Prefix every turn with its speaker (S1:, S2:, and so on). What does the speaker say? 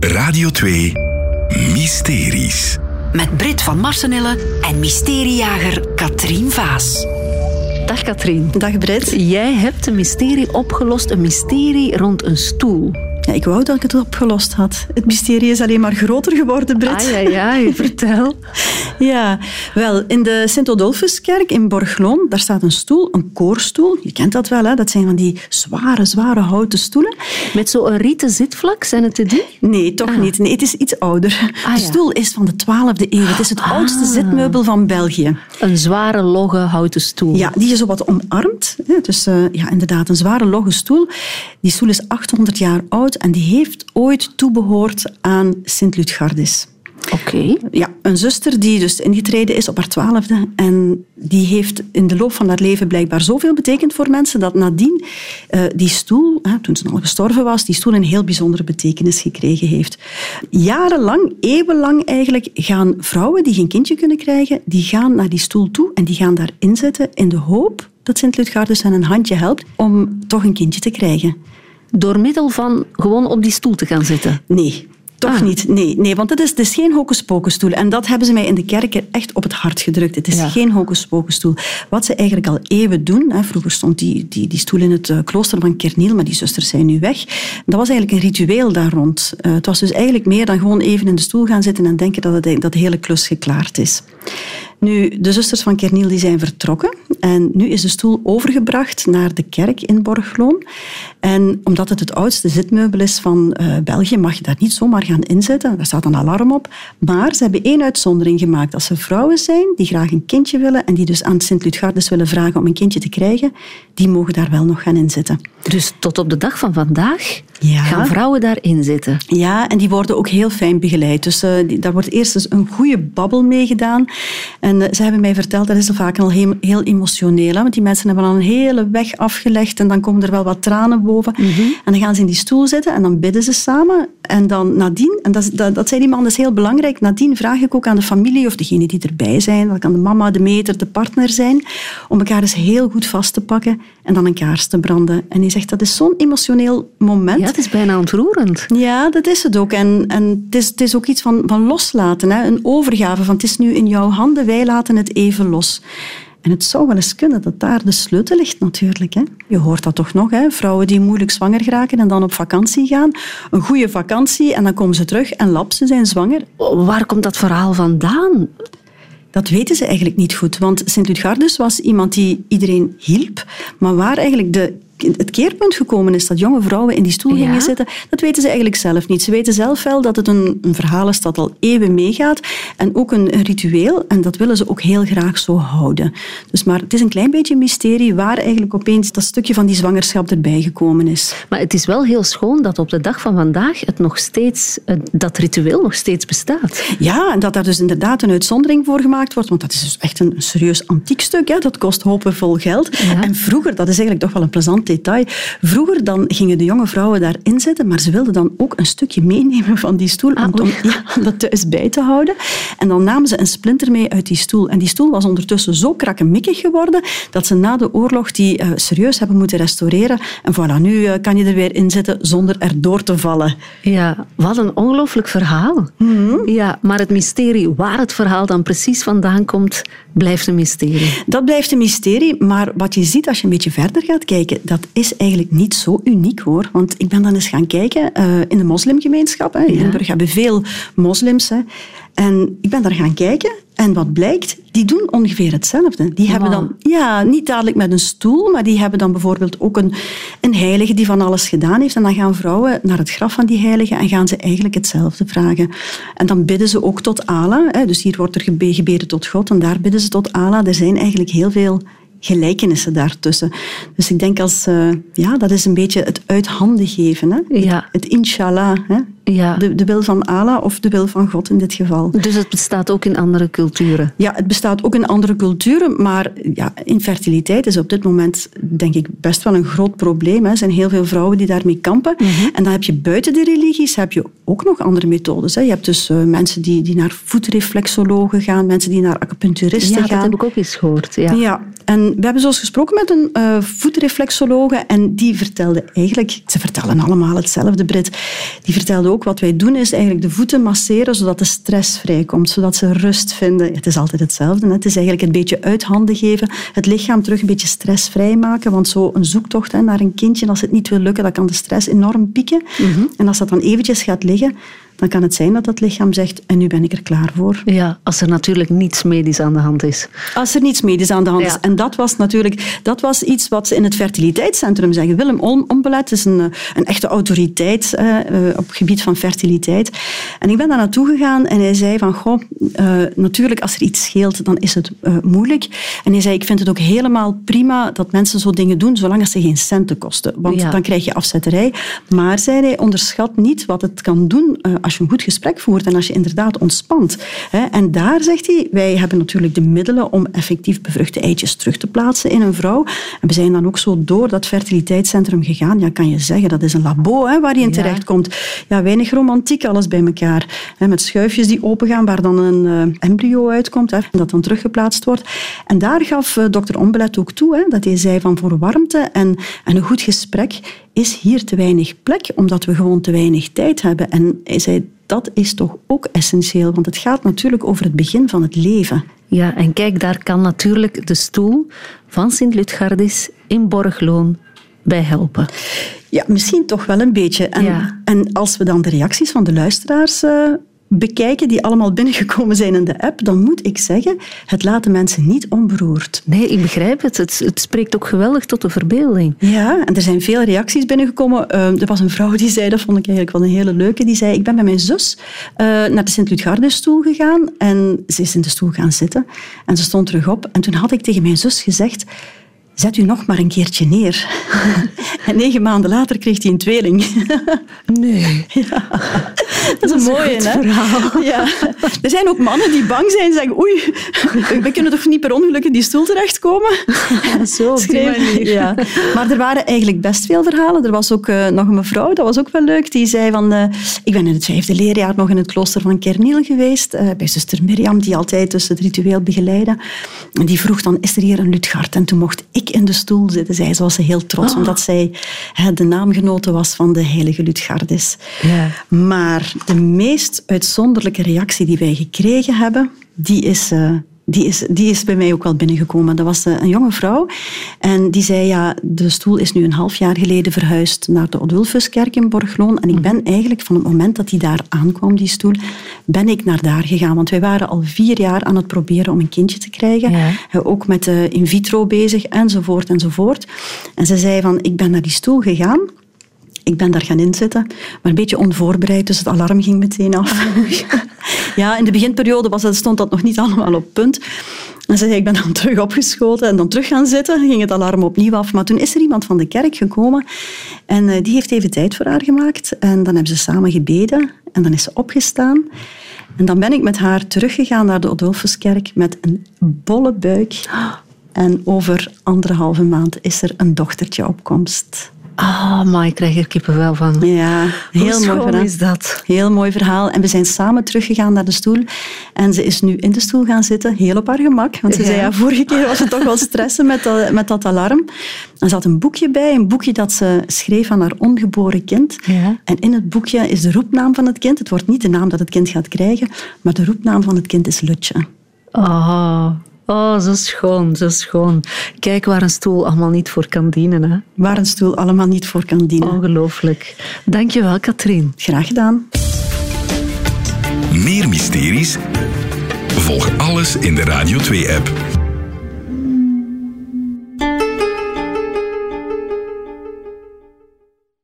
S1: Radio 2 Mysteries.
S2: Met Brit van Marsenille en mysteriejager Katrien Vaas.
S3: Dag Katrien.
S4: Dag Brit.
S3: Jij hebt een mysterie opgelost, een mysterie rond een stoel.
S4: Ja, ik wou dat ik het opgelost had. Het mysterie is alleen maar groter geworden, Brit.
S3: Ai, vertel.
S4: Ja, wel, in de Sint-Odulfuskerk in Borgloon, daar staat een stoel, een koorstoel. Je kent dat wel, hè? Dat zijn van die zware houten stoelen.
S3: Met zo'n rieten zitvlak, zijn het die?
S4: Nee, toch niet. Nee, het is iets ouder. De stoel is van de 12e eeuw. Het is het oudste zitmeubel van België.
S3: Een zware, logge houten stoel.
S4: Ja, die je zo wat omarmt. Dus inderdaad, een zware, logge stoel. Die stoel is 800 jaar oud en die heeft ooit toebehoord aan Sint Lutgardis.
S3: Oké.
S4: Ja, een zuster die dus ingetreden is op haar 12e en die heeft in de loop van haar leven blijkbaar zoveel betekend voor mensen dat nadien die stoel, toen ze al gestorven was, die stoel een heel bijzondere betekenis gekregen heeft. Jarenlang, eeuwenlang eigenlijk, gaan vrouwen die geen kindje kunnen krijgen, die gaan naar die stoel toe en die gaan daarin zitten in de hoop dat Sint Lutgardis hen een handje helpt om toch een kindje te krijgen.
S3: Door middel van gewoon op die stoel te gaan zitten?
S4: Nee. Toch niet, nee, want het is geen hocus-pocus-stoel. En dat hebben ze mij in de kerken echt op het hart gedrukt. Het is geen hocus-pocus-stoel. Wat ze eigenlijk al eeuwen doen, vroeger stond die stoel in het klooster van Kerniel, maar die zusters zijn nu weg. Dat was eigenlijk een ritueel daar rond. Het was dus eigenlijk meer dan gewoon even in de stoel gaan zitten en denken dat de hele klus geklaard is. Nu, de zusters van Kerniel die zijn vertrokken en nu is de stoel overgebracht naar de kerk in Borgloon. En omdat het oudste zitmeubel is van België, mag je daar niet zomaar gaan inzetten. Daar staat een alarm op. Maar ze hebben één uitzondering gemaakt. Als er vrouwen zijn die graag een kindje willen en die dus aan Sint Lutgardis willen vragen om een kindje te krijgen, die mogen daar wel nog gaan inzitten.
S3: Dus tot op de dag van vandaag gaan vrouwen daarin zitten?
S4: Ja, en die worden ook heel fijn begeleid. Dus daar wordt eerst dus een goede babbel mee gedaan. En ze hebben mij verteld, dat is vaak al heel emotioneel. Hè? Want die mensen hebben al een hele weg afgelegd en dan komen er wel wat tranen boven. Mm-hmm. En dan gaan ze in die stoel zitten en dan bidden ze samen. En dan nadien, en dat zei die man, dat is heel belangrijk, nadien vraag ik ook aan de familie of degenen die erbij zijn, dat kan de mama, de meter, de partner zijn, om elkaar eens heel goed vast te pakken en dan een kaars te branden. En hij zegt, dat is zo'n emotioneel moment.
S3: Ja, het is bijna ontroerend.
S4: Ja, dat is het ook. En het is ook iets van loslaten. Hè? Een overgave van, het is nu in jouw handen, wij laten het even los. En het zou wel eens kunnen dat daar de sleutel ligt natuurlijk. Hè? Je hoort dat toch nog, hè? Vrouwen die moeilijk zwanger geraken en dan op vakantie gaan. Een goede vakantie en dan komen ze terug en lap, ze zijn zwanger.
S3: Waar komt dat verhaal vandaan?
S4: Dat weten ze eigenlijk niet goed, want Sint Lutgardis was iemand die iedereen hielp, maar waar eigenlijk het keerpunt gekomen is dat jonge vrouwen in die stoel gingen zitten, dat weten ze eigenlijk zelf niet. Ze weten zelf wel dat het een verhaal is dat al eeuwen meegaat en ook een ritueel en dat willen ze ook heel graag zo houden. Dus, maar het is een klein beetje een mysterie waar eigenlijk opeens dat stukje van die zwangerschap erbij gekomen is.
S3: Maar het is wel heel schoon dat op de dag van vandaag dat ritueel nog steeds bestaat.
S4: Ja, en dat daar dus inderdaad een uitzondering voor gemaakt wordt, want dat is dus echt een serieus antiek stuk. Hè? Dat kost hopenvol geld. Ja. En vroeger, dat is eigenlijk toch wel een plezant detail. Vroeger dan gingen de jonge vrouwen daarin zitten, maar ze wilden dan ook een stukje meenemen van die stoel om dat thuis bij te houden. En dan namen ze een splinter mee uit die stoel. En die stoel was ondertussen zo krakkemikkig geworden dat ze na de oorlog die serieus hebben moeten restaureren. En voilà, nu kan je er weer in zitten zonder erdoor te vallen.
S3: Ja, wat een ongelooflijk verhaal. Mm-hmm. Ja, maar het mysterie waar het verhaal dan precies vandaan komt, blijft een mysterie. Dat
S4: blijft een mysterie, maar wat je ziet als je een beetje verder gaat kijken, dat is eigenlijk niet zo uniek, hoor. Want ik ben dan eens gaan kijken in de moslimgemeenschap. In Limburg hebben veel moslims. En ik ben daar gaan kijken en wat blijkt, die doen ongeveer hetzelfde. Die hebben dan, niet dadelijk met een stoel, maar die hebben dan bijvoorbeeld ook een heilige die van alles gedaan heeft. En dan gaan vrouwen naar het graf van die heilige en gaan ze eigenlijk hetzelfde vragen. En dan bidden ze ook tot Allah. Dus hier wordt er gebeden tot God en daar bidden ze tot Allah. Er zijn eigenlijk heel veel gelijkenissen daartussen. Dus ik denk dat is een beetje het uit handen geven. Hè?
S3: Ja.
S4: Het inshallah. Hè? Ja. De wil van Allah of de wil van God in dit geval.
S3: Dus het bestaat ook in andere culturen?
S4: Ja, het bestaat ook in andere culturen, maar infertiliteit is op dit moment denk ik best wel een groot probleem. Er zijn heel veel vrouwen die daarmee kampen. Mm-hmm. En dan heb je buiten de religies heb je ook nog andere methodes. Hè. Je hebt dus mensen die naar voetreflexologen gaan, mensen die naar acupuncturisten gaan.
S3: Ja, dat heb ik ook eens gehoord.
S4: Ja. En we hebben zo eens gesproken met een voetreflexologe en die vertelde eigenlijk, ze vertellen allemaal hetzelfde, Brit, die vertelde ook. Wat wij doen is eigenlijk de voeten masseren zodat de stress vrijkomt, zodat ze rust vinden. Het is altijd hetzelfde. Hè? Het is eigenlijk een beetje uit handen geven, het lichaam terug een beetje stressvrij maken, want zo een zoektocht naar een kindje, als het niet wil lukken, dan kan de stress enorm pieken. En als dat dan eventjes gaat liggen, dan kan het zijn dat het lichaam zegt, en nu ben ik er klaar voor.
S3: Ja, als er natuurlijk niets medisch aan de hand is.
S4: Als er niets medisch aan de hand is. En dat was iets wat ze in het fertiliteitscentrum zeggen. Willem Ombelet is een echte autoriteit op het gebied van fertiliteit. En ik ben daar naartoe gegaan en hij zei van, natuurlijk als er iets scheelt, dan is het moeilijk. En hij zei, ik vind het ook helemaal prima dat mensen zo dingen doen, zolang ze geen centen kosten. Want dan krijg je afzetterij. Maar, zei hij, onderschat niet wat het kan doen als je een goed gesprek voert en als je inderdaad ontspant. En daar, zegt hij, wij hebben natuurlijk de middelen om effectief bevruchte eitjes terug te plaatsen in een vrouw. En we zijn dan ook zo door dat fertiliteitscentrum gegaan. Ja, kan je zeggen, dat is een labo waar je in terechtkomt. Ja, weinig romantiek, alles bij elkaar. Met schuifjes die opengaan, waar dan een embryo uitkomt, dat dan teruggeplaatst wordt. En daar gaf dokter Ombelet ook toe, dat hij zei van voor warmte en een goed gesprek is hier te weinig plek, omdat we gewoon te weinig tijd hebben. En hij zei, dat is toch ook essentieel, want het gaat natuurlijk over het begin van het leven.
S3: Ja, en kijk, daar kan natuurlijk de stoel van Sint-Lutgardis in Borgloon bij helpen.
S4: Ja, misschien toch wel een beetje. En als we dan de reacties van de luisteraars bekijken, die allemaal binnengekomen zijn in de app, dan moet ik zeggen, het laat de mensen niet onberoerd.
S3: Nee, ik begrijp het. Het spreekt ook geweldig tot de verbeelding.
S4: Ja, en er zijn veel reacties binnengekomen. Er was een vrouw die zei, dat vond ik eigenlijk wel een hele leuke, die zei, ik ben met mijn zus naar de Sint-Lutgardis-stoel gegaan en ze is in de stoel gaan zitten en ze stond terug op en toen had ik tegen mijn zus gezegd, zet u nog maar een keertje neer. En 9 maanden later kreeg hij een tweeling.
S3: Nee.
S4: Ja. Dat is een mooie,
S3: verhaal.
S4: Ja. Er zijn ook mannen die bang zijn en zeggen, oei, we kunnen toch niet per ongeluk in die stoel terechtkomen?
S3: Ja, zo, op die manier.
S4: Ja. Maar er waren eigenlijk best veel verhalen. Er was ook nog een mevrouw, dat was ook wel leuk, die zei van, ik ben in het 5e leerjaar nog in het klooster van Kerniel geweest, bij zuster Mirjam, die altijd dus het ritueel begeleidde. En die vroeg dan, is er hier een Lutgard? En toen mocht ik in de stoel zitten, zei ze, was ze heel trots, omdat zij de naamgenote was van de heilige Lutgardis.
S3: Ja.
S4: Maar de meest uitzonderlijke reactie die wij gekregen hebben, die is bij mij ook wel binnengekomen. Dat was een jonge vrouw en die zei, ja, de stoel is nu een half jaar geleden verhuisd naar de Odulfuskerk in Borgloon en ik ben eigenlijk van het moment dat die daar aankwam, die stoel, ben ik naar daar gegaan. Want wij waren al 4 jaar aan het proberen om een kindje te krijgen. Ja. Ook met in vitro bezig, enzovoort, enzovoort. En ze zei van, ik ben naar die stoel gegaan. Ik ben daar gaan inzitten, maar een beetje onvoorbereid, dus het alarm ging meteen af. Ja, in de beginperiode stond dat nog niet allemaal op punt. En ze zei, ik ben dan terug opgeschoten en dan terug gaan zitten. Ging het alarm opnieuw af. Maar toen is er iemand van de kerk gekomen en die heeft even tijd voor haar gemaakt. En dan hebben ze samen gebeden en dan is ze opgestaan. En dan ben ik met haar teruggegaan naar de Odulfuskerk met een bolle buik. En over 1,5 maand is er een dochtertje op komst.
S3: Ah, maar ik krijg er kippenvel van.
S4: Ja, heel mooi verhaal.
S3: Is dat?
S4: Heel mooi verhaal. En we zijn samen teruggegaan naar de stoel. En ze is nu in de stoel gaan zitten, heel op haar gemak. Want ze zei, ja, vorige keer was het toch wel stressen met dat alarm. En ze had een boekje bij, een boekje dat ze schreef aan haar ongeboren kind. Ja. En in het boekje is de roepnaam van het kind. Het wordt niet de naam dat het kind gaat krijgen, maar de roepnaam van het kind is Lutje.
S3: Oh, zo schoon, zo schoon. Kijk waar een stoel allemaal niet voor kan dienen. Hè?
S4: Waar een stoel allemaal niet voor kan dienen.
S3: Ongelooflijk. Dankjewel, Katrien.
S4: Graag gedaan.
S1: Meer mysteries? Volg alles in de Radio 2-app.